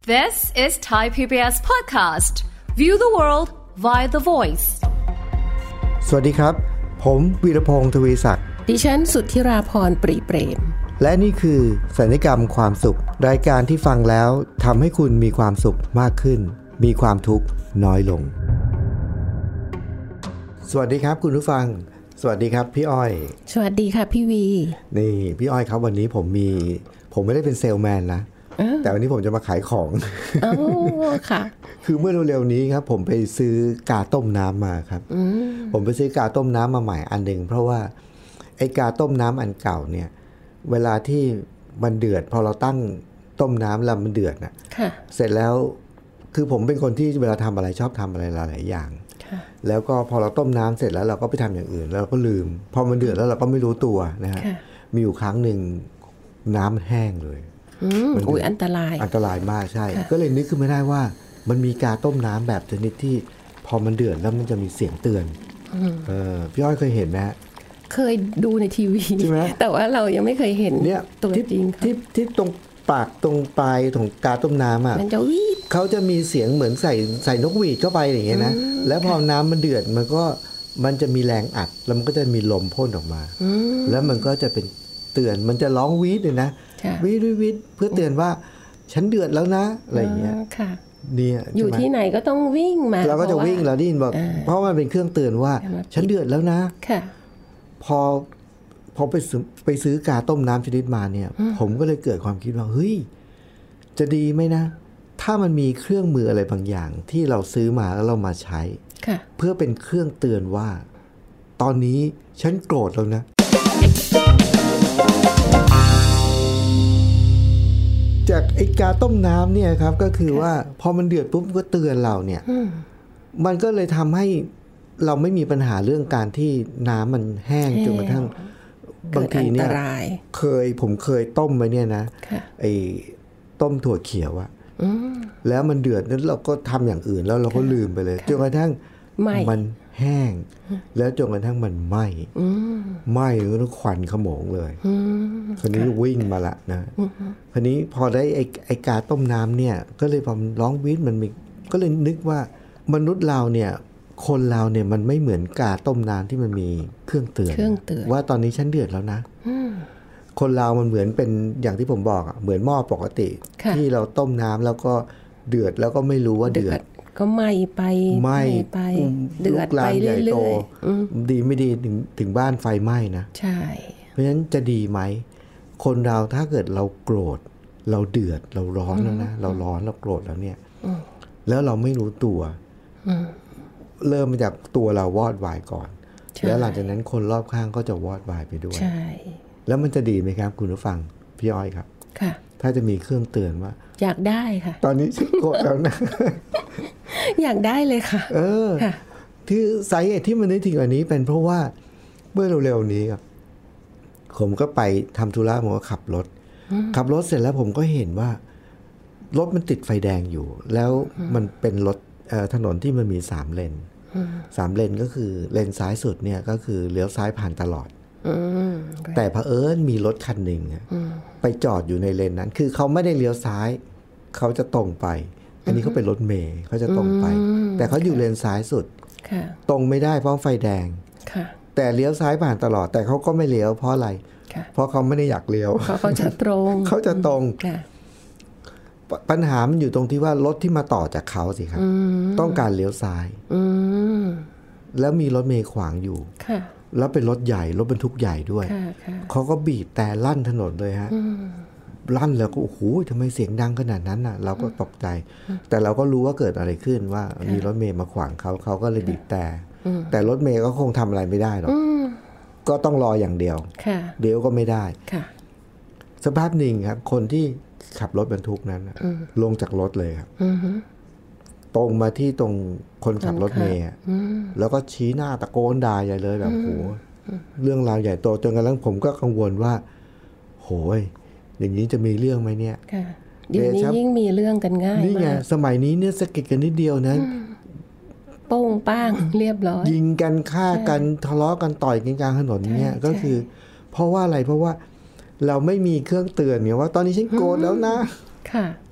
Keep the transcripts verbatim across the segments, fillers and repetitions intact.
This is Thai พี บี เอส podcast. View the world via the voice. สวัสดีครับผมวีรพงษ์ทวีศักดิ์ดิฉันสุทธิราพรปรีเปรมและนี่คือสัญญกรรมความสุขรายการที่ฟังแล้วทำให้คุณมีความสุขมากขึ้นมีความทุกข์น้อยลงสวัสดีครับคุณผู้ฟังสวัสดีครับพี่อ้อยสวัสดีค่ะพี่วีนี่พี่อ้อยครับวันนี้ผมมีผมไม่ได้เป็นเซลแมนนะแต่วันนี้ผมจะมาขายของอ๋อค่ะคือเมื่อเร็วๆนี้ครับผมไปซื้อกาต้มน้ำมาครับผมไปซื้อกาต้มน้ำมาใหม่อันหนึ่งเพราะว่าไอ้กาต้มน้ำอันเก่าเนี่ยเวลาที่มันเดือดพอเราตั้งต้มน้ำแล้วมันเดือดนะเสร็จแล้วคือผมเป็นคนที่เวลาทำอะไรชอบทำอะไรหลายๆอย่างแล้วก็พอเราต้มน้ำเสร็จแล้วเราก็ไปทำอย่างอื่นแล้วเราก็ลืมพอมันเดือดแล้วเราก็ไม่รู้ตัวนะฮะมีอยู่ครั้งหนึ่งน้ำแห้งเลยมันอุ้ยอันตรายอันตรายมากใช่ก็เลยนึกขึ้นมาได้ว่ามันมีกาต้มน้ำแบบชนิดที่พอมันเดือดแล้วมันจะมีเสียงเตือนเออพี่อ้อยเคยเห็นไหมเคยดูในทีวีใช่ไหมแต่ว่าเรายังไม่เคยเห็นเนี่ยตัวจริงที่ที่ตรงปากตรงปลายของกาต้มน้ำอ่ะมันจะวีดเขาจะมีเสียงเหมือนใส่ใส่นกหวีดเข้าไปอย่างเงี้ยนะแล้วพอน้ำมันเดือดมันก็มันจะมีแรงอัดแล้วมันก็จะมีลมพ่นออกมาแล้วมันก็จะเป็นเตือนมันจะร้องวีดเลยนะวีดวีดเพื่อเตือนว่าฉันเดือดแล้วนะอะไรอย่างเงี้ยเนี่ยอยู่ที่ไหนก็ต้องวิ่งมาเราก็จะวิ่งเราได้ยินบอกเพราะมันเป็นเครื่องเตือนว่าฉันเดือดแล้วนะพอพอไปซื้อไปซื้อกาต้มน้ำชนิดมาเนี่ยผมก็เลยเกิดความคิดว่าเฮ้ยจะดีไหมนะถ้ามันมีเครื่องมืออะไรบางอย่างที่เราซื้อมาแล้วเรามาใช้เพื่อเป็นเครื่องเตือนว่าตอนนี้ฉันโกรธแล้วนะจากไอ้กาต้มน้ำเนี่ยครับก็คือว่าพอมันเดือดปุ๊บก็เตือนเราเนี่ยมันก็เลยทำให้เราไม่มีปัญหาเรื่องการที่น้ำมันแห้งจนกระทั่งบางทีเนี่ยเคยผมเคยต้มไว้เนี่ยนะไอ้ต้มถั่วเขียวอะแล้วมันเดือดนั้นเราก็ทำอย่างอื่นแล้วเราก็ลืมไปเลยจนกระทั่งมันแห้งแล้วจนกระทั่งมันไหม้ไหม้แล้วควันขโมงเลยคราวนี้วิ่งมาละนะคราวนี้พอได้ไอ้ไอ้กาต้มน้ำเนี่ยก็เลยพอร้องวีดมันมีก็เลยนึกว่ามนุษย์เราเนี่ยคนเราเนี่ยมันไม่เหมือนกาต้มน้ำที่มันมีเครื่องเตือนว่าตอนนี้ฉันเดือดแล้วนะคนเรามันเหมือนเป็นอย่างที่ผมบอกอ่ะเหมือนหม้อปกติที่เราต้มน้ำแล้วก็เดือดแล้วก็ไม่รู้ว่าเดือดก็ไหม้ไปไหม้ไปเดือดไปเรื่อยๆดีไม่ดีถึงถึงบ้านไฟไหม้นะใช่เพราะฉะนั้นจะดีไหมคนเราถ้าเกิดเราโกรธเราเดือดเราร้อนแล้วนะเราร้อนเราโกรธแล้วเนี่ยแล้วเราไม่รู้ตัวเริ่มมาจากตัวเราวอดวายก่อนแล้วหลังจากนั้นคนรอบข้างก็จะวอดวายไปด้วยใช่แล้วมันจะดีไหมครับคุณผู้ฟังพี่อ้อยครับค่ะถ้าจะมีเครื่องเตือนว่าอยากได้ค่ะตอนนี้ฉันโกรธแล้วนะอยากได้เลยค่ะเออที่สาเหตุที่มันนึกถึงอันนี้เป็นเพราะว่าเมื่อเร็วๆนี้ครับผมก็ไปทำธุระผมก็ขับรถขับรถเสร็จแล้วผมก็เห็นว่ารถมันติดไฟแดงอยู่แล้วมันเป็นรถถนนที่มันมีสามเลนสามเลนก็คือเลนซ้ายสุดเนี่ยก็คือเลี้ยวซ้ายผ่านตลอดแต่เผอิญมีรถคันหนึ่งไปจอดอยู่ในเลนนั้นคือเขาไม่ได้เลี้ยวซ้ายเขาจะตรงไปอันนี้เขาเป็นรถเมล์เขาจะตรงไปแต่เขาอยู่เลนซ้ายสุดตรงไม่ได้เพราะไฟแดงแต่เลี้ยวซ้ายผ่านตลอดแต่เขาก็ไม่เลี้ยวเพราะอะไรเพราะเขาไม่ได้อยากเลี้ยวเขาจะตรงเขาจะตรงปัญหามันอยู่ตรงที่ว่ารถที่มาต่อจากเขาสิครับต้องการเลี้ยวซ้ายแล้วมีรถเมล์ขวางอยู่แล้วเป็นรถใหญ่รถบรรทุกใหญ่ด้วยเขาก็บีบแต่ลั่นถนนเลยฮะลั่นแล้วก็โอ้โหทำไมเสียงดังขนาดนั้นน่ะเราก็ตกใจแต่เราก็รู้ว่าเกิดอะไรขึ้นว่ามีรถเมล์มาขวางเขาเขาก็เลยบีบแต่แต่รถเมล์ก็คงทำอะไรไม่ได้หรอกก็ต้องรออย่างเดียวเดี๋ยวก็ไม่ได้สภาพหนึ่งครับคนที่ขับรถบรรทุกนั้นลงจากรถเลยครับตรงมาที่ตรงคนขับรถเมล์แล้วก็ชี้หน้าตะโกนด่าใหญ่เลยแบบโหเรื่องราวใหญ่โตจนกระทั่งผมก็กังวลว่าโหยอย่างนี้จะมีเรื่องไหมเนี่ยเดี๋ยวนี้ยิ่งมีเรื่องกันง่ายมากนี่ไงสมัยนี้เนี่ยสะกิดกันนิดเดียวนะโป้งป้างเรียบร้อยยิงกันฆ่ากันทะเลาะกันต่อยกันกลางถนนเนี่ยก็คือเพราะว่าอะไรเพราะว่าเราไม่มีเครื่องเตือนเนี่ยว่าตอนนี้ฉันโกรธแล้วนะค่ะ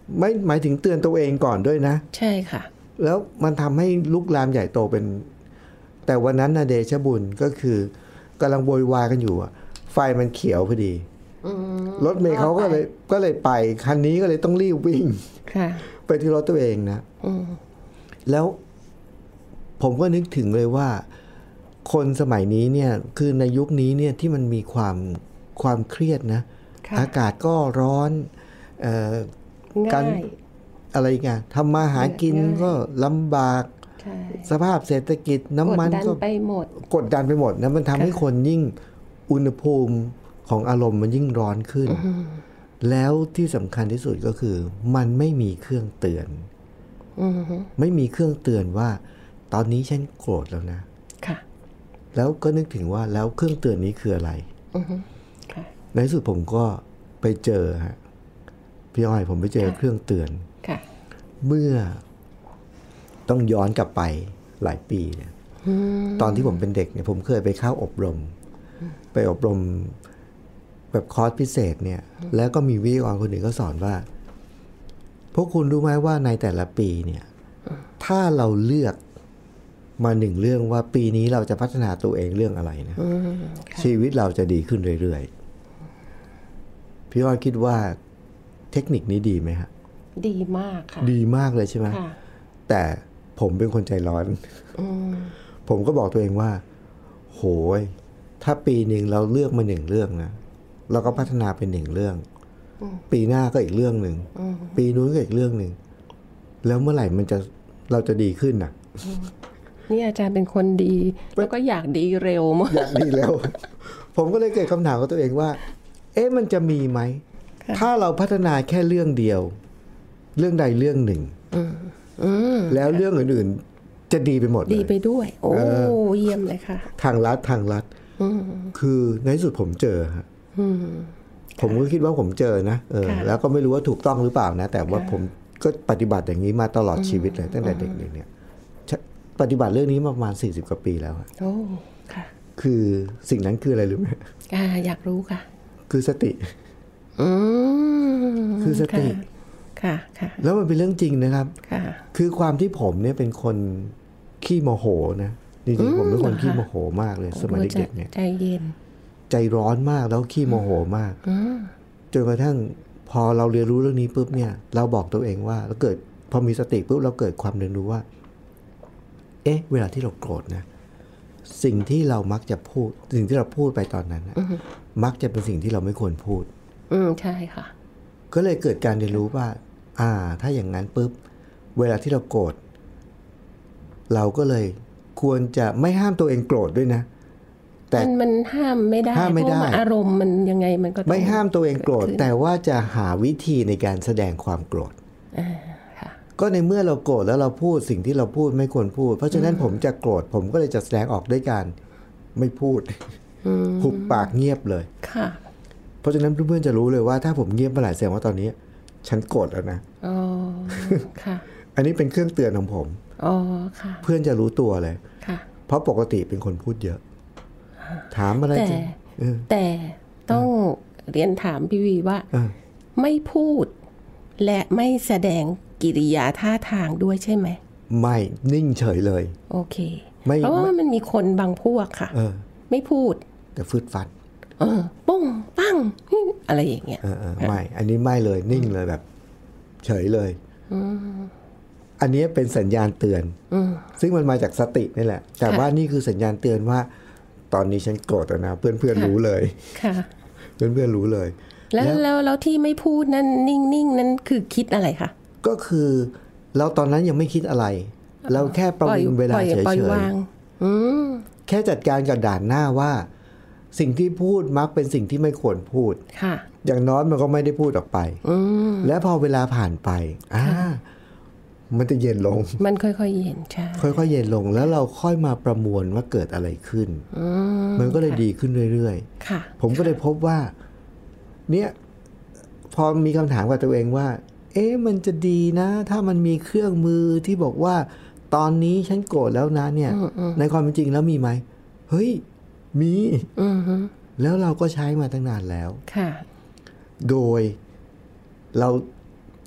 ไม่หมายถึงเตือนตัวเองก่อนด้วยนะใช่ค่ะแล้วมันทำให้ลุกลามใหญ่โตเป็นแต่วันนั้นนะเดชบุญก็คือกำลังโวยวายกันอยู่อะไฟมันเขียวพอดีรถเมล์เขาก็เลยก็เลยไปคันนี้ก็เลยต้องรีบวิ่งไปที่รถตัวเองนะแล้วผมก็นึกถึงเลยว่าคนสมัยนี้เนี่ยคือในยุคนี้เนี่ยที่มันมีความความเครียดนะอากาศก็ร้อนเอ่อการอะไรกันทำมาหากินก็ลำบากสภาพเศรษฐกิจน้ำมันก็กดดันไปหมดกดดันไปหมดนะมันทำให้คนยิ่งอุณหภูมิของอารมณ์มันยิ่งร้อนขึ้นแล้วที่สำคัญที่สุดก็คือมันไม่มีเครื่องเตือนไม่มีเครื่องเตือนว่าตอนนี้ฉันโกรธแล้วนะแล้วก็นึกถึงว่าแล้วเครื่องเตือนนี้คืออะไรในที่สุดผมก็ไปเจอฮะพี่อ้อยผมไปเจอเครื่องเตือนเมื่อต้องย้อนกลับไปหลายปีเนี่ยตอนที่ผมเป็นเด็กเนี่ยผมเคยไปเข้าอบรมไปอบรมแบบคอร์สพิเศษเนี่ยแล้วก็มีวิทยากรคนหนึ่งก็สอนว่าพวกคุณรู้ไหมว่าในแต่ละปีเนี่ยถ้าเราเลือกมาหนึ่งเรื่องว่าปีนี้เราจะพัฒนาตัวเองเรื่องอะไรนะชีวิตเราจะดีขึ้นเรื่อยๆพี่อ้อยคิดว่าเทคนิคนี้ดีไหมฮะดีมากค่ะดีมากเลยใช่ไหมแต่ผมเป็นคนใจร้อนผมก็บอกตัวเองว่าโหยถ้าปีหนึ่งเราเลือกมาหนึ่งเรื่องนะเราก็พัฒนาเป็นหนึ่งเรื่องปีหน้าก็อีกเรื่องหนึ่งปีนู้นก็อีกเรื่องหนึ่งแล้วเมื่อไหร่มันจะเราจะดีขึ้นน่ะนี่อาจารย์เป็นคนดีแล้วก็อยากดีเร็วมากอยากดีเร็วผมก็เลยเกิดคำถามกับตัวเองว่าเอ๊ะมันจะมีไหมถ้าเราพัฒนาแค่เรื่องเดียวเรื่องใดเรื่องหนึ่งแล้วเรื่องอื่นๆจะดีไปหมดเลยดีไปด้วยโอ้เยี่ยมเลยค่ะทางลัดทางลัดคือในที่สุดผมเจอฮะผมก็คิดว่าผมเจอนะเออแล้วก็ไม่รู้ว่าถูกต้องหรือเปล่านะแต่ว่าผมก็ปฏิบัติอย่างนี้มาตลอดชีวิตเลยตั้งแต่เด็กๆเนี่ยปฏิบัติเรื่องนี้มาประมาณสี่สิบกว่าปีแล้วโอ้ค่ะคือสิ่งนั้นคืออะไรรู้ไหมอ่าอยากรู้ค่ะคือสติอืมคือสติค่ะค่ะแล้วมันเป็นเรื่องจริงนะครับค่ะคือความที่ผมเนี่ยเป็นคนขี้โมโหนะจริงๆผมเป็นคนขี้โมโหมากเลยสมัยเด็กๆเนี่ยใจเย็นใจร้อนมากแล้วขี้โมโหมากจนกระทั่งพอเราเรียนรู้เรื่องนี้ปุ๊บเนี่ยเราบอกตัวเองว่าเราเกิดพอมีสติปุ๊บเราเกิดความเรียนรู้ว่าเอ๊ะเวลาที่เราโกรธนะสิ่งที่เรามักจะพูดสิ่งที่เราพูดไปตอนนั้นนะมักจะเป็นสิ่งที่เราไม่ควรพูดอืมใช่ค่ะก็เลยเกิดการเรียนรู้ว่าอ่าถ้าอย่างนั้นปุ๊บเวลาที่เราโกรธเราก็เลยควรจะไม่ห้ามตัวเองโกรธด้วยนะแต่มันห้ามไม่ได้เพราะอารมณ์มันยังไงมันก็ไม่ห้ามตัวเองโกรธแต่ว่าจะหาวิธีในการแสดงความโกรธก็ในเมื่อเราโกรธแล้วเราพูดสิ่งที่เราพูดไม่ควรพูดเพราะฉะนั้นผมจะโกรธผมก็เลยจะแสดงออกด้วยการไม่พูดหุบปากเงียบเลยค่ะเพราะฉะนั้นเพื่อนๆจะรู้เลยว่าถ้าผมเงียบเมื่อไหร่แสดงว่าตอนนี้ฉันโกรธแล้วนะอ๋อค่ะอันนี้เป็นเครื่องเตือนของผมอ๋อค่ะเพื่อนจะรู้ตัวเลยค่ะเพราะปกติเป็นคนพูดเยอะถามอะไรแต่แต่ต้องเรียนถามพี่วีว่าไม่พูดและไม่แสดงกิริยาท่าทางด้วยใช่ไหมไม่นิ่งเฉยเลยโอเคเพราะว่ามันมีคนบางพวกค่ะไม่พูดแต่ฟืดฟัดเออปุ้งปั้งอะไรอย่างเงี้ยเออไม่อันนี้ไม่เลยนิ่งเลยแบบเฉยเลยอันนี้เป็นสัญญาณเตือนซึ่งมันมาจากสตินี่แหละแต่ว่านี่คือสัญญาณเตือนว่าตอนนี้ฉันโกรธแล้วนะเพื่อนๆรู้เลยค่ะเพื่อนๆรู้เลยแล้วแล้วแล้วที่ไม่พูดนั่นนิ่งๆนั่นคือคิดอะไรคะก็คือเราตอนนั้นยังไม่คิดอะไรเราแค่ประวิงเวลาเฉยๆแค่จัดการกับด่านหน้าว่าสิ่งที่พูดมักเป็นสิ่งที่ไม่ควรพูดค่ะอย่างน้อยมันก็ไม่ได้พูดออกไปและพอเวลาผ่านไปอ่ามันจะเย็นลงมันค่อยๆเย็นใช่ค่อยๆเย็นลงแล้วเราค่อยมาประมวลว่าเกิดอะไรขึ้นมันก็เลยดีขึ้นเรื่อยๆผมก็เลยพบว่าเนี่ยพอมีคำถามกับตัวเองว่าเอ๊ะมันจะดีนะถ้ามันมีเครื่องมือที่บอกว่าตอนนี้ฉันโกรธแล้วนะเนี่ยในความเป็นจริงแล้วมีไหมเฮ้ยมีแล้วเราก็ใช้มาตั้งนานแล้วค่ะโดยเรา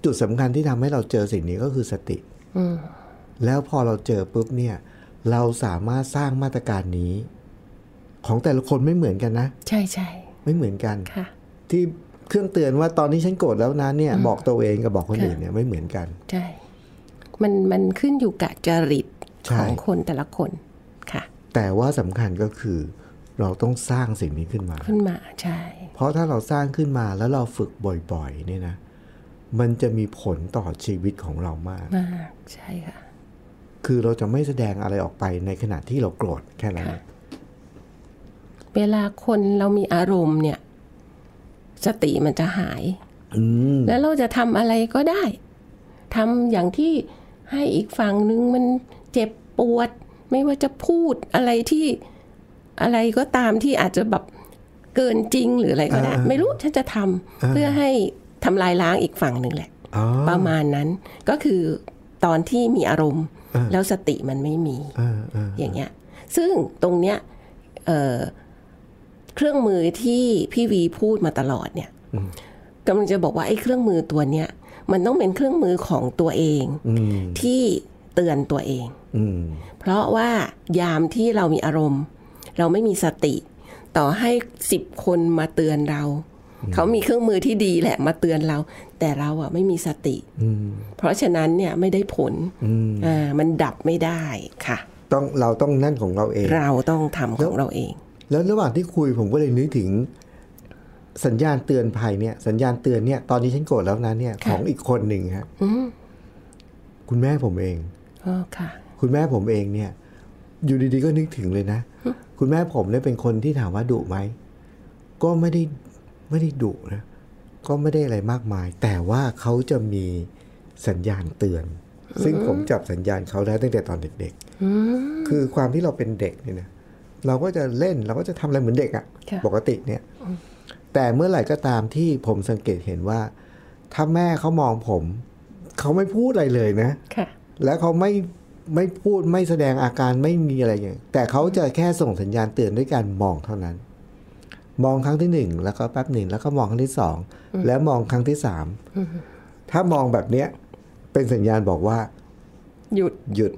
จุดสำคัญที่ทำให้เราเจอสิ่งนี้ก็คือสติแล้วพอเราเจอปุ๊บเนี่ยเราสามารถสร้างมาตรการนี้ของแต่ละคนไม่เหมือนกันนะใช่ใช่ไม่เหมือนกันค่ะที่เครื่องเตือนว่าตอนนี้ฉันโกรธแล้วนะเนี่ยบอกตัวเองกับบอกคนอื่นเนี่ยไม่เหมือนกันใช่มันมันขึ้นอยู่กับจริตของคนแต่ละคนค่ะแต่ว่าสำคัญก็คือเราต้องสร้างสิ่งนี้ขึ้นมาขึ้นมาใช่เพราะถ้าเราสร้างขึ้นมาแล้วเราฝึกบ่อยๆเนี่ยนะมันจะมีผลต่อชีวิตของเรามากมากใช่ค่ะคือเราจะไม่แสดงอะไรออกไปในขณะที่เราโกรธแค่นั้นเวลาคนเรามีอารมณ์เนี่ยสติมันจะหายแล้วเราจะทำอะไรก็ได้ทำอย่างที่ให้อีกฝั่งนึงมันเจ็บปวดไม่ว่าจะพูดอะไรที่อะไรก็ตามที่อาจจะแบบเกินจริงหรืออะไรก็ได้ไม่รู้ฉันจะทำเพื่อให้ทำลายล้างอีกฝั่งหนึ่งแหละประมาณนั้นก็คือตอนที่มีอารมณ์แล้วสติมันไม่มีอย่างเงี้ยซึ่งตรงเนี้ยเอ่อเครื่องมือที่พี่วีพูดมาตลอดเนี่ยกำลังจะบอกว่าไอ้เครื่องมือตัวเนี้ยมันต้องเป็นเครื่องมือของตัวเองที่เตือนตัวเองเพราะว่ายามที่เรามีอารมณ์เราไม่มีสติต่อให้สิบคนมาเตือนเราเขามีเครื่องมือที่ดีแหละมาเตือนเราแต่เราอ่ะไม่มีสติเพราะฉะนั้นเนี่ยไม่ได้ผลอ่ามันดับไม่ได้ค่ะต้องเราต้องนั่นของเราเองเราต้องทำของเราเองแล้วระหว่างที่คุยผมก็เลยนึกถึงสัญญาณเตือนภัยเนี่ยสัญญาณเตือนเนี่ยตอนนี้ฉันโกรธแล้วนะเนี่ยของอีกคนหนึ่งครับคุณแม่ผมเองอ๋อค่ะคุณแม่ผมเองเนี่ยอยู่ดีๆก็นึกถึงเลยนะคุณแม่ผมเนี่ยเป็นคนที่ถามว่าดุไหมก็ไม่ได้ไม่ได้ดุนะก็ไม่ได้อะไรมากมายแต่ว่าเขาจะมีสัญญาณเตือนซึ่งผมจับสัญญาณเขาได้ตั้งแต่ตอนเด็กๆคือความที่เราเป็นเด็กเนี่ยนะเราก็จะเล่นเราก็จะทำอะไรเหมือนเด็กอะปกติเนี่ยแต่เมื่อไหร่ก็ตามที่ผมสังเกตเห็นว่าถ้าแม่เขามองผมเขาไม่พูดอะไรเลยนะแล้วเขาไม่ไม่พูดไม่แสดงอาการไม่มีอะไรอย่างแต่เขาจะแค่ส่งสัญญาณเตือนด้วยการมองเท่านั้นมองครั้งที่หนึ่งแล้วก็แป๊บหนึ่งแล้วก็มองครั้งที่สองแล้วมองครั้งที่สามถ้ามองแบบเนี้ยเป็นสัญญาณบอกว่าหยุดหยุด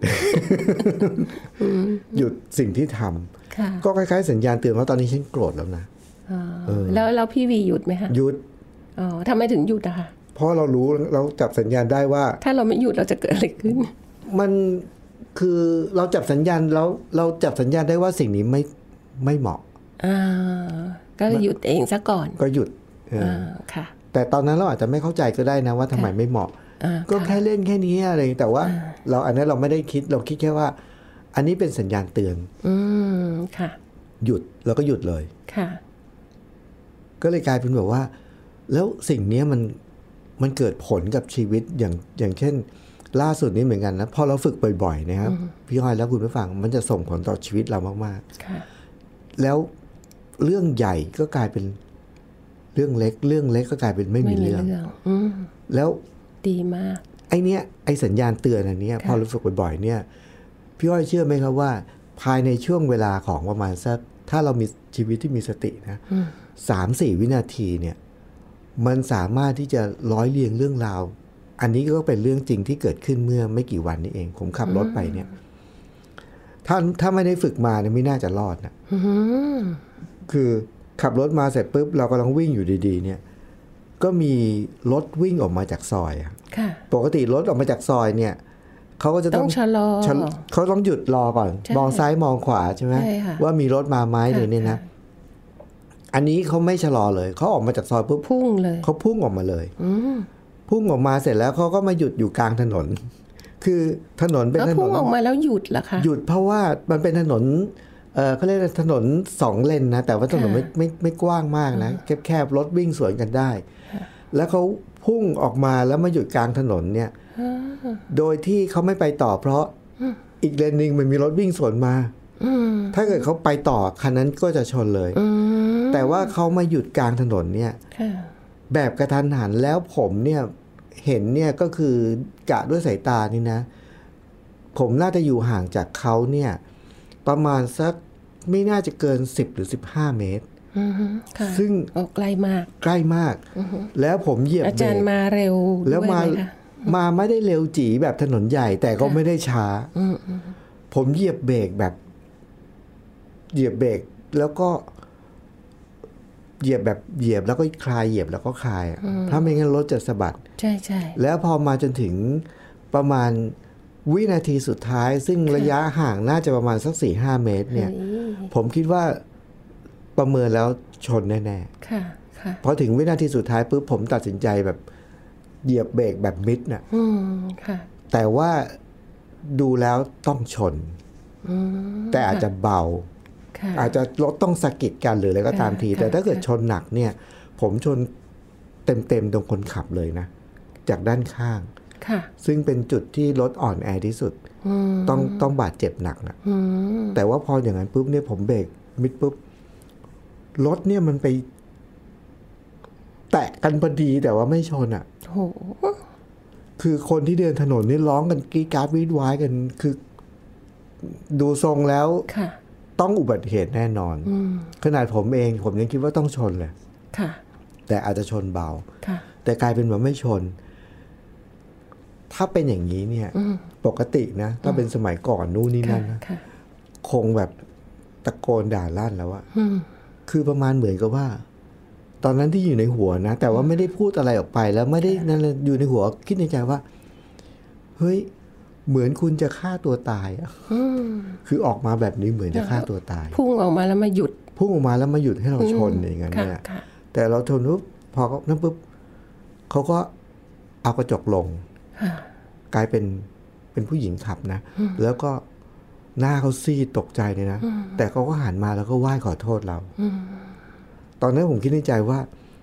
หยุดสิ่งที่ทำก็คล้ายๆสัญญาณเตือนว่าตอนนี้ฉันโกรธแล้วนะแล้วแล้วพี่วีหยุดไหมคะหยุดอ๋อทำไมถึงหยุดอะคะเพราะเรารู้เราจับสัญญาณได้ว่าถ้าเราไม่หยุดเราจะเกิดอะไรขึ้นมันคือเราจับสัญญาณแล้วเราจับสัญญาณได้ว่าสิ่งนี้ไม่ไม่เหมาะอ่าก็หยุดเองซะก่อนก็หยุดอ่าค่ะแต่ตอนนั้นเราอาจจะไม่เข้าใจก็ได้นะว่าทำไมไม่เหมาะก็แค่เล่นแค่นี้อะไรแต่ว่าเราอันนั้นเราไม่ได้คิดเราคิดแค่ว่าอันนี้เป็นสัญญาณเตือนอืมค่ะหยุดแล้วก็หยุดเลยค่ะก็เลยกลายเป็นแบบว่าแล้วสิ่งนี้มันมันเกิดผลกับชีวิตอย่างอย่างเช่นล่าสุดนี้เหมือนกันนะพอเราฝึกบ่อยๆนะครับพี่อ้อยแล้วคุณผู้ฟังมันจะส่งผลต่อชีวิตเรามากๆแล้วเรื่องใหญ่ก็กลายเป็นเรื่องเล็กเรื่องเล็กก็กลายเป็นไม่มีเรื่องแล้วดีมากไอ้นี้ไอ้สัญญาณเตือนอันนี้พอเราฝึกบ่อยๆเนี่ยพี่อ้อยเชื่อไหมครับว่าภายในช่วงเวลาของประมาณสักถ้าเรามีชีวิตที่มีสตินะสามสี่วินาทีเนี่ยมันสามารถที่จะร้อยเรียงเรื่องราวอันนี้ก็เป็นเรื่องจริงที่เกิดขึ้นเมื่อไม่กี่วันนี้เองผมขับรถไปเนี่ยถ้าถ้าไม่ได้ฝึกมาเนี่ยไม่น่าจะรอดนะคือขับรถมาเสร็จปุ๊บเรากำลังวิ่งอยู่ดีๆเนี่ยก็มีรถวิ่งออกมาจากซอยอ่ะปกติรถออกมาจากซอยเนี่ยเขาก็จะต้องชะลอเขาต้องหยุดรอก่อนมองซ้ายมองขวาใช่ไหมว่ามีรถมาไหมหรือเนี่ยนะอันนี้เขาไม่ชะลอเลยเขาออกมาจากซอยปุ๊บพุ่งเลยเขาพุ่งออกมาเลยพุ่งออกมาเสร็จแล้วเขาก็มาหยุดอยู่กลางถนนคือถนนเป็นถนนพุ่งออกมาแล้วหยุดเหรอคะหยุดเพราะว่ามันเป็นถนนเออเขาเรียกถนนสองเลนนะแต่ว่าถนนไม่ไม่ไม่กว้างมากนะแคบๆรถวิ่งสวนกันได้แล้วเขาพุ่งออกมาแล้วมาหยุดกลางถนนเนี่ยโดยที่เขาไม่ไปต่อเพราะอีกเลนนึงมันมีรถวิ่งสวนมาถ้าเกิดเขาไปต่อคันนั้นก็จะชนเลยแต่ว่าเขามาหยุดกลางถนนเนี่ยแบบกระทันหันแล้วผมเนี่ยเห็นเนี่ยก็คือกะด้วยสายตานี่นะผมน่าจะอยู่ห่างจากเขาเนี่ยประมาณสักไม่น่าจะเกินสิบหรือสิบห้าเมตรซึ่งใกล้มากใกล้มากแล้วผมเหยียบเบรกอาจารย์มาเร็วแล้วมามาไม่ได้เร็วจี๋แบบถนนใหญ่แต่ก็ไม่ได้ช้าผมเหยียบเบรกแบบเหยียบเบรกแล้วก็เหยียบแบบเหยียบแล้วก็คลายเหยียบแล้วก็คลายถ้าไม่งั้นรถจะสะบัดใช่ใช่แล้วพอมาจนถึงประมาณวินาทีสุดท้ายซึ่งระยะห่างน่าจะประมาณสัก สี่ห้า เมตรเนี่ยผมคิดว่าประเมินแล้วชนแน่ๆค่ะค่ะพอถึงวินาทีสุดท้ายปุ๊บผมตัดสินใจแบบเหยียบเบรกแบบมิดน่ะอืมค่ะแต่ว่าดูแล้วต้องชนแต่อาจจะเบาอาจจะรถต้องสะกิดกันหรืออะไรก็ตามทีแต่ถ้าเกิดชนหนักเนี่ยผมชนเต็มๆตรงคนขับเลยนะจากด้านข้างซึ่งเป็นจุดที่รถอ่อนแอที่สุดต้องต้องบาดเจ็บหนักนะแต่ว่าพออย่างนั้นปุ๊บเนี่ยผมเบรกมิดปุ๊บรถเนี่ยมันไปแตะกันพอดีแต่ว่าไม่ชนอ่ะโหคือคนที่เดินถนนนี่ร้องกันกรี๊ดกราดวีดว้ายกันคือดูทรงแล้วต้องอุบัติเหตุแน่นอนขนาดผมเองผมยังคิดว่าต้องชนเลยแต่อาจจะชนเบาแต่กลายเป็นว่าไม่ชนถ้าเป็นอย่างนี้เนี่ยปกตินะถ้าเป็นสมัยก่อนนู่นนี่นั่นนะคงแบบตะโกนด่าลั่นแล้วอะคือประมาณเหมือนกับว่าตอนนั้นที่อยู่ในหัวนะแต่ว่าไม่ได้พูดอะไรออกไปแล้วไม่ได้นั่นเลยอยู่ในหัวคิดในใจว่าเฮ้ยเหมือนคุณจะฆ่าตัวตายอ่ะคือออกมาแบบนี้เหมือนจะฆ่าตัวตายพุ่งออกมาแล้วมาหยุดพุ่งออกมาแล้วมาหยุดให้เราชนอย่างเงี้ยเนี่ยแต่เราชนปุ๊บพอนั้นปุ๊บเขาก็เอากระจกลงกลายเป็นเป็นผู้หญิงขับนะแล้วก็หน้าเขาซีดตกใจเลยนะแต่เขาก็หันมาแล้วก็ไหว้ขอโทษเราตอนนั้นผมคิดในใจว่า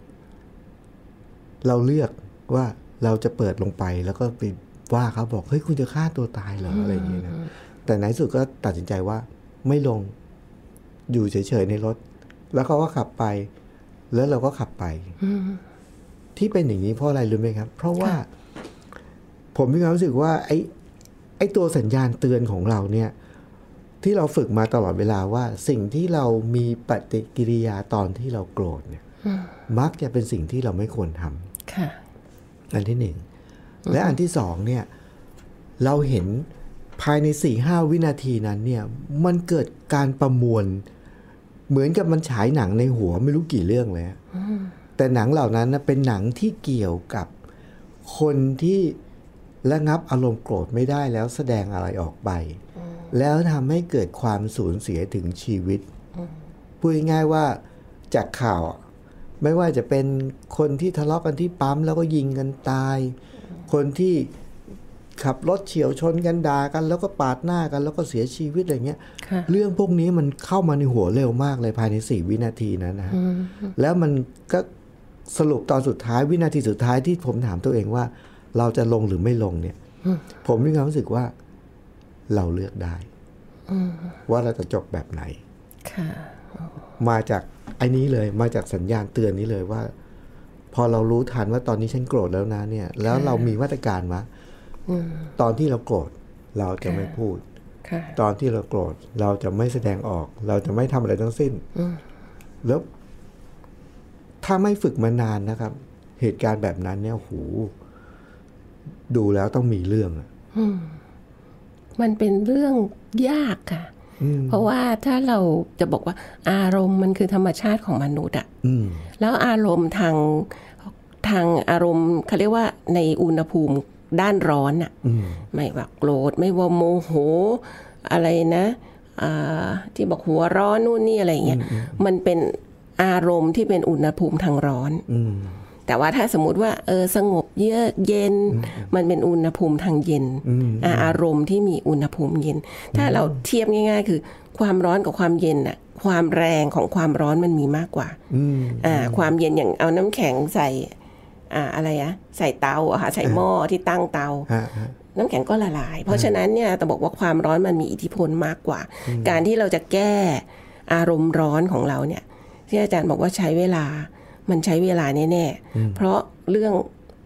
เราเลือกว่าเราจะเปิดลงไปแล้วก็ไปว่าเขาบอกเฮ้ยคุณจะฆ่าตัวตายเหรออะไรอย่างเงี้ยนะแต่ในสุดก็ตัดสินใจว่าไม่ลงอยู่เฉยๆในรถแล้วเขาก็ขับไปแล้วเราก็ขับไปที่เป็นอย่างนี้เพราะอะไรรู้ไหมครับเพราะว่าผมมีความรู้สึกว่าไอ้ไอ้ตัวสัญญาณเตือนของเราเนี่ยที่เราฝึกมาตลอดเวลาว่าสิ่งที่เรามีปฏิกิริยาตอนที่เราโกรธเนี่ยมักจะเป็นสิ่งที่เราไม่ควรทำค่ะอันที่หนึ่งและอันที่สองเนี่ยเราเห็นภายใน สี่ห้า วินาทีนั้นเนี่ยมันเกิดการประมวลเหมือนกับมันฉายหนังในหัวไม่รู้กี่เรื่องเลยแต่หนังเหล่านั้นนะเป็นหนังที่เกี่ยวกับคนที่ระงับอารมณ์โกรธไม่ได้แล้วแสดงอะไรออกไปแล้วทำให้เกิดความสูญเสียถึงชีวิตพูดง่ายๆว่าจากข่าวไม่ว่าจะเป็นคนที่ทะเลาะกันที่ปั๊มแล้วก็ยิงกันตายคนที่ขับรถเฉี่ยวชนกันด่ากันแล้วก็ปาดหน้ากันแล้วก็เสียชีวิตอะไรเงี้ยเรื่องพวกนี้มันเข้ามาในหัวเร็วมากเลยภายในสี่วินาทีนั้นนะแล้วมันก็สรุปตอนสุดท้ายวินาทีสุดท้ายที่ผมถามตัวเองว่าเราจะลงหรือไม่ลงเนี่ยผมมีความรู้สึกว่าเราเลือกได้ว่าเราจะจบแบบไหนมาจากไอ้นี้เลยมาจากสัญญาณเตือนนี้เลยว่าพอเรารู้ทันว่าตอนนี้ฉันโกรธแล้วนะเนี่ยแล้วเรามีมาตรการว่าตอนที่เราโกรธเราจะไม่พูดตอนที่เราโกรธเราจะไม่แสดงออกเราจะไม่ทำอะไรทั้งสิ้นแล้วถ้าไม่ฝึกมานานนะครับเหตุการณ์แบบนั้นเนี่ยโหดูแล้วต้องมีเรื่องอ่ะมันเป็นเรื่องยากค่ะเพราะว่าถ้าเราจะบอกว่าอารมณ์มันคือธรรมชาติของมนุษย์อ่ะแล้วอารมณ์ทางทางอารมณ์เขาเรียกว่าในอุณหภูมิด้านร้อนอ่ะไม่ว่าโกรธไม่ว่าโมโหอะไรนะที่บอกหัวร้อนนู่นนี่อะไรเงี้ยมันเป็นอารมณ์ที่เป็นอุณหภูมิทางร้อนแต่ว่าถ้าสมมุติว่าเออสงบเยือกเย็นมันเป็นอุณหภูมิทางเย็นอารมณ์ที่มีอุณหภูมิเย็นถ้าเราเทียบง่ายๆคือความร้อนกับความเย็นน่ะความแรงของความร้อนมันมีมากกว่าอ่าความเย็นอย่างเอาน้ำแข็งใส่อ่าอะไรอะใส่เตาอะค่ะใส่หม้อที่ตั้งเตาน้ำแข็งก็ละลายเพราะฉะนั้นเนี่ยต้องบอกว่าความร้อนมันมีอิทธิพลมากกว่าการที่เราจะแก้อารมณ์ร้อนของเราเนี่ยที่อาจารย์บอกว่าใช้เวลามันใช้เวลาแน่ๆเพราะเรื่อง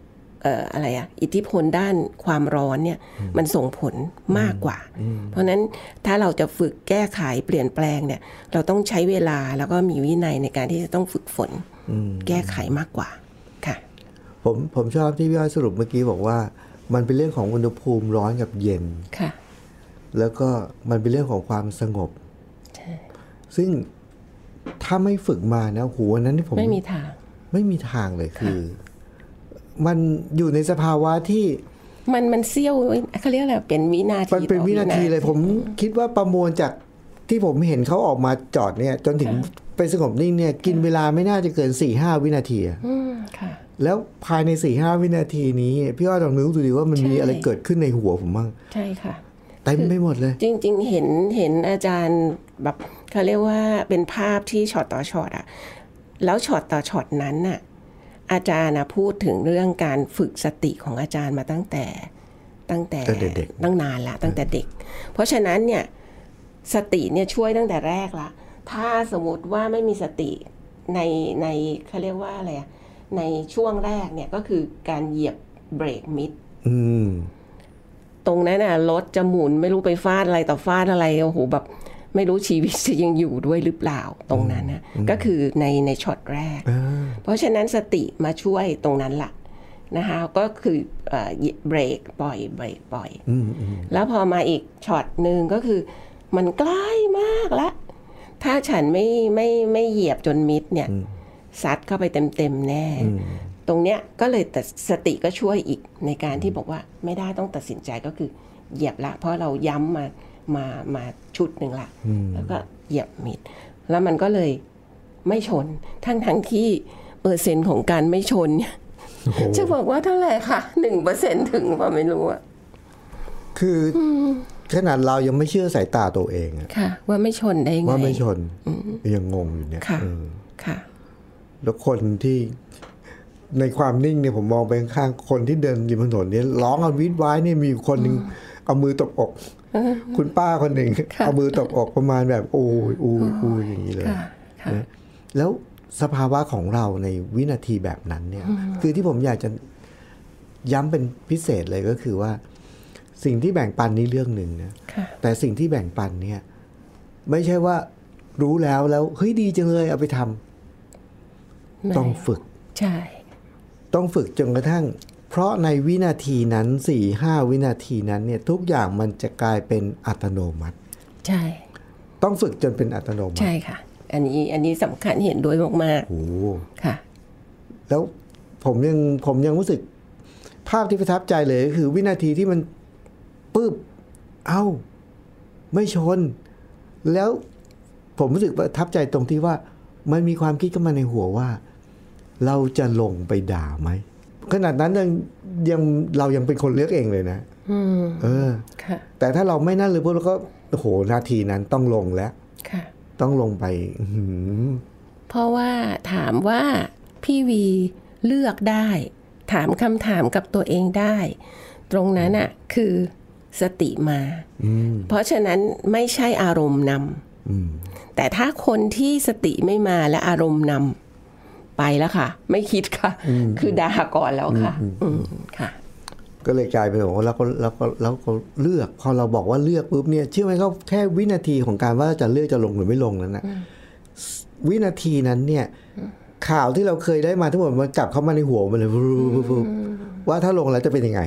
เอ่ออะไรอะอิทธิพลด้านความร้อนเนี่ยมันส่งผลมากกว่าเพราะฉะนั้นถ้าเราจะฝึกแก้ไขเปลี่ยนแปลงเนี่ยเราต้องใช้เวลาแล้วก็มีวินัยในการที่จะต้องฝึกฝนแก้ไขมากกว่าค่ะผมผมชอบที่พี่อ้อยสรุปเมื่อกี้บอกว่ามันเป็นเรื่องของอุณหภูมิร้อนกับเย็นค่ะแล้วก็มันเป็นเรื่องของความสงบซึ่งถ้าไม่ฝึกมานะโหอันนั้นที่ผมไม่มีทางไม่มีทางเลยคือมันอยู่ในสภาวะที่มันมันเสี้ยวเขาเรียกอะไรเป็นวินาทีมันเป็นวินาทีเลยผมคิดว่าประมวลจากที่ผมเห็นเขาออกมาจอดเนี่ยจนถึงไปสงบนิ่งเนี่ยกินเวลาไม่น่าจะเกิน สี่ห้า วินาทีอ่ะแล้วภายใน สี่ห้า วินาทีนี้พี่อ้อยลองนึกดูดิว่ามันมีอะไรเกิดขึ้นในหัวผมบ้างใช่ค่ะเต็มไปหมดเลยจริงๆเห็นเห็นอาจารย์แบบเขาเรียกว่าเป็นภาพที่ช็อตต่อช็อตอ่ะแล้วช็อตต่อช็อตนั้นน่ะอาจารย์นะพูดถึงเรื่องการฝึกสติของอาจารย์มาตั้งแต่ตั้งแต่ตั้งนานละตั้งแต่เด็กเพราะฉะนั้นเนี่ยสติเนี่ยช่วยตั้งแต่แรกละถ้าสมมติว่าไม่มีสติในในเขาเรียกว่าอะไรอะในช่วงแรกเนี่ยก็คือการเหยียบเบรกมิดตรงนั้นน่ะรถจะหมุนไม่รู้ไปฟาดอะไรต่อฟาดอะไรโอ้โหแบบไม่รู้ชีวิตจะยังอยู่ด้วยหรือเปล่าตรงนั้นนะก็คือในในช็อตแรกเพราะฉะนั้นสติมาช่วยตรงนั้นล่ะนะคะก็คือเบรกปล่อยเบรกปล่อยแล้วพอมาอีกช็อตหนึ่งก็คือมันใกล้มากละถ้าฉันไม่ไม่ไม่เหยียบจนมิดเนี่ยซัดเข้าไปเต็มๆแน่ตรงเนี้ยก็เลยแต่สติก็ช่วยอีกในการที่บอกว่าไม่ได้ต้องตัดสินใจก็คือเหยียบละเพราะเราย้ำมามามาชุดหนึ่งละแล้วก็เหยียบมิดแล้วมันก็เลยไม่ชนทั้งทั้งที่เปอร์เซ็นต์ของการไม่ชนเนี่ยจะบอกว่าเท่าไหร่ค่ะหนึ่งเปอร์เซ็นต์ถึงว่าไม่รู้อะคือขนาดเรายังไม่เชื่อสายตาตัวเองค่ะว่าไม่ชนได้ไงว่าไม่ชนยังงงอยู่เนี่ยค่ะค่ะแล้วคนที่ในความนิ่งเนี่ยผมมองไปข้างคนที่เดินอยู่บนถนนเนี่ยร้องเอาวิดไว้เนี่ยมีคนนึงเอามือตบอกคุณป้าคนหนึ่งเอามือตบอกประมาณแบบโอ้ยโอ้ยโอ้ยอย่างนี้เลยแล้วสภาวะของเราในวินาทีแบบนั้นเนี่ยคือที่ผมอยากจะย้ำเป็นพิเศษเลยก็คือว่าสิ่งที่แบ่งปันนี่เรื่องหนึ่งนะแต่สิ่งที่แบ่งปันเนี่ยไม่ใช่ว่ารู้แล้วแล้วเฮ้ยดีจังเลยเอาไปทำต้องฝึกใช่ต้องฝึกจนกระทั่งเพราะในวินาทีนั้น สี่ห้า วินาทีนั้นเนี่ยทุกอย่างมันจะกลายเป็นอัตโนมัติใช่ต้องฝึกจนเป็นอัตโนมัติใช่ค่ะอันนี้อันนี้สำคัญเห็นด้วยมากๆโอ้ค่ะแล้วผมยังผมยังรู้สึกภาพที่ประทับใจเลยก็คือวินาทีที่มันปึ๊บเอ้าไม่ชนแล้วผมรู้สึกประทับใจตรงที่ว่ามันมีความคิดเข้ามาในหัวว่าเราจะลงไปด่าไหมขนาดนั้นยังยังเรายังเป็นคนเลือกเองเลยนะเออแต่ถ้าเราไม่นั่นเลยพวกเราก็โอ้โหนาทีนั้นต้องลงแล้วต้องลงไปเพราะว่าถามว่าพี่วีเลือกได้ถามคำถามกับตัวเองได้ตรงนั้นอ่ะคือสติมาเพราะฉะนั้นไม่ใช่อารมณ์นำแต่ถ้าคนที่สติไม่มาและอารมณ์นำไปแล้วค่ะไม่คิดค่ะคือด่าก่อนแล้วค่ะค่ะก็เลยกลายเป็นว่าแล้วก็แล้วก็แล้วก็เลือกพอเราบอกว่าเลือกปุ๊บเนี่ยเชื่อไหมเขาแค่วินาทีของการว่าจะเลือกจะลงหรือไม่ลงนั้นนะวินาทีนั้นเนี่ยข่าวที่เราเคยได้มาทั้งหมดมันกลับเข้ามาในหัวมันเลยว่าถ้าลงแล้วจะเป็นยังไง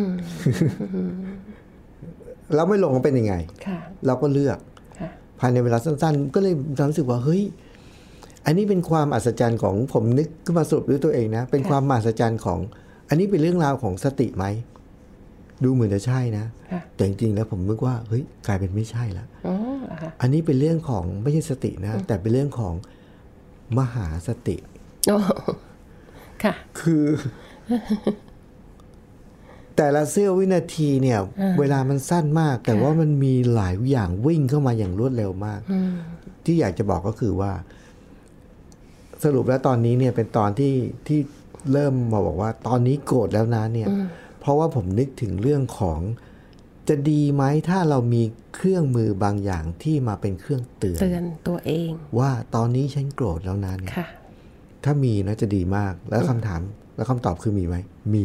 แล้วไม่ลงมันเป็นยังไงเราก็เลือกภายในเวลาสั้นๆก็เลยรู้สึกว่าเฮ้ยอันนี้เป็นความอัศจรรย์ของผมนึกขึ้นมาสรุปด้วยตัวเองนะเป็นความมหัศจรรย์ของอันนี้เป็นเรื่องราวของสติไหมดูเหมือนจะใช่นะแต่จริงๆแล้วผมนึกว่าเฮ้ยกลายเป็นไม่ใช่ละอันนี้เป็นเรื่องของไม่ใช่สตินะแต่เป็นเรื่องของมหาสติค่ะคือแต่ละเสี้ยววินาทีเนี่ยเวลามันสั้นมากแต่ว่ามันมีหลายอย่างวิ่งเข้ามาอย่างรวดเร็วมากที่อยากจะบอกก็คือว่าสรุปแล้วตอนนี้เนี่ยเป็นตอนที่ที่เริ่มมาบอกว่าตอนนี้โกรธแล้วนะเนี่ยเพราะว่าผมนึกถึงเรื่องของจะดีไหมถ้าเรามีเครื่องมือบางอย่างที่มาเป็นเครื่องเตือนเตือนตัวเองว่าตอนนี้ฉันโกรธแล้วนะเนี่ยถ้ามีนะจะดีมากแล้วคำถามแล้วคำตอบคือมีไหมมี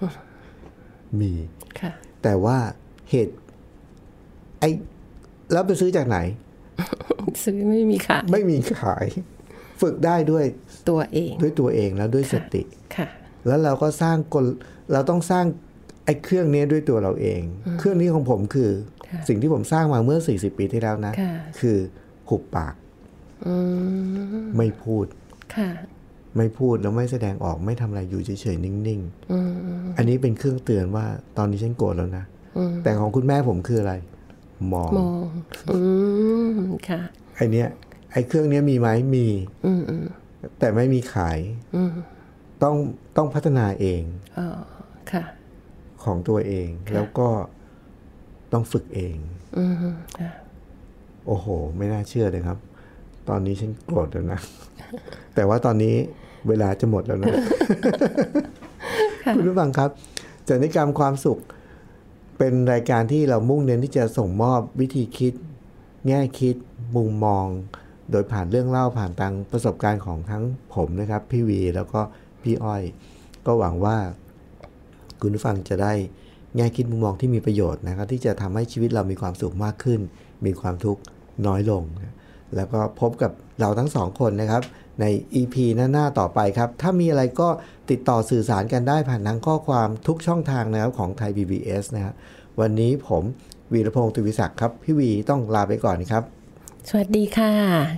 มีแต่ว่าเหตุไอ้แล้วไปซื้อจากไหนซื้อไม่มีขายไม่มีขายฝึกได้ด้วยตัวเองด้วยตัวเองแล้วด้วยสติค่ะแล้วเราก็สร้างกลเราต้องสร้างไอ้เครื่องนี้ด้วยตัวเราเองเครื่องนี้ของผมคือสิ่งที่ผมสร้างมาเมื่อสี่สิบปีที่แล้วนะคือหุบปากไม่พูดไม่พูดแล้วไม่แสดงออกไม่ทำอะไรอยู่เฉยๆนิ่งๆอันนี้เป็นเครื่องเตือนว่าตอนนี้ฉันโกรธแล้วนะแต่ของคุณแม่ผมคืออะไรมองมองอืมค่ะไอเนี้ยไอเครื่องนี้มีไหมมีแต่ไม่มีขายต้องต้องพัฒนาเองอ๋อค่ะของตัวเองแล้วก็ต้องฝึกเองอืมค่ะโอ้โหไม่น่าเชื่อเลยครับตอนนี้ฉันโกรธแล้วนะแต่ว่าตอนนี้เวลาจะหมดแล้วนะ คุณผู้ฟังครับจริยกรรมความสุขเป็นรายการที่เรามุ่งเน้นที่จะส่งมอบวิธีคิดแง่คิดมุมมองโดยผ่านเรื่องเล่าผ่านทางประสบการณ์ของทั้งผมนะครับพี่วีแล้วก็พี่อ้อยก็หวังว่าคุณผู้ฟังจะได้แง่คิดมุมมองที่มีประโยชน์นะครับที่จะทำให้ชีวิตเรามีความสุขมากขึ้นมีความทุกข์น้อยลงแล้วก็พบกับเราทั้งสองคนนะครับใน อี พี หน้าๆต่อไปครับถ้ามีอะไรก็ติดต่อสื่อสารกันได้ผ่านทางข้อความทุกช่องทางนะครับของไทย พี บี เอส นะครับวันนี้ผมวีรพงษ์ ตุวิศักดิ์ครับพี่วีต้องลาไปก่อนครับสวัสดีค่ะ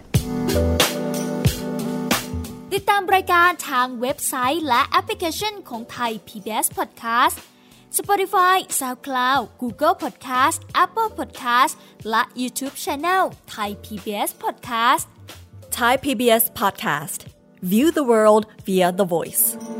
ติดตามรายการทางเว็บไซต์และแอปพลิเคชันของไทย พี บี เอส Podcast Spotify, SoundCloud, Google Podcast, Apple Podcast และ YouTube Channel Thai พี บี เอส Podcast Thai พี บี เอส Podcast View the world via the voice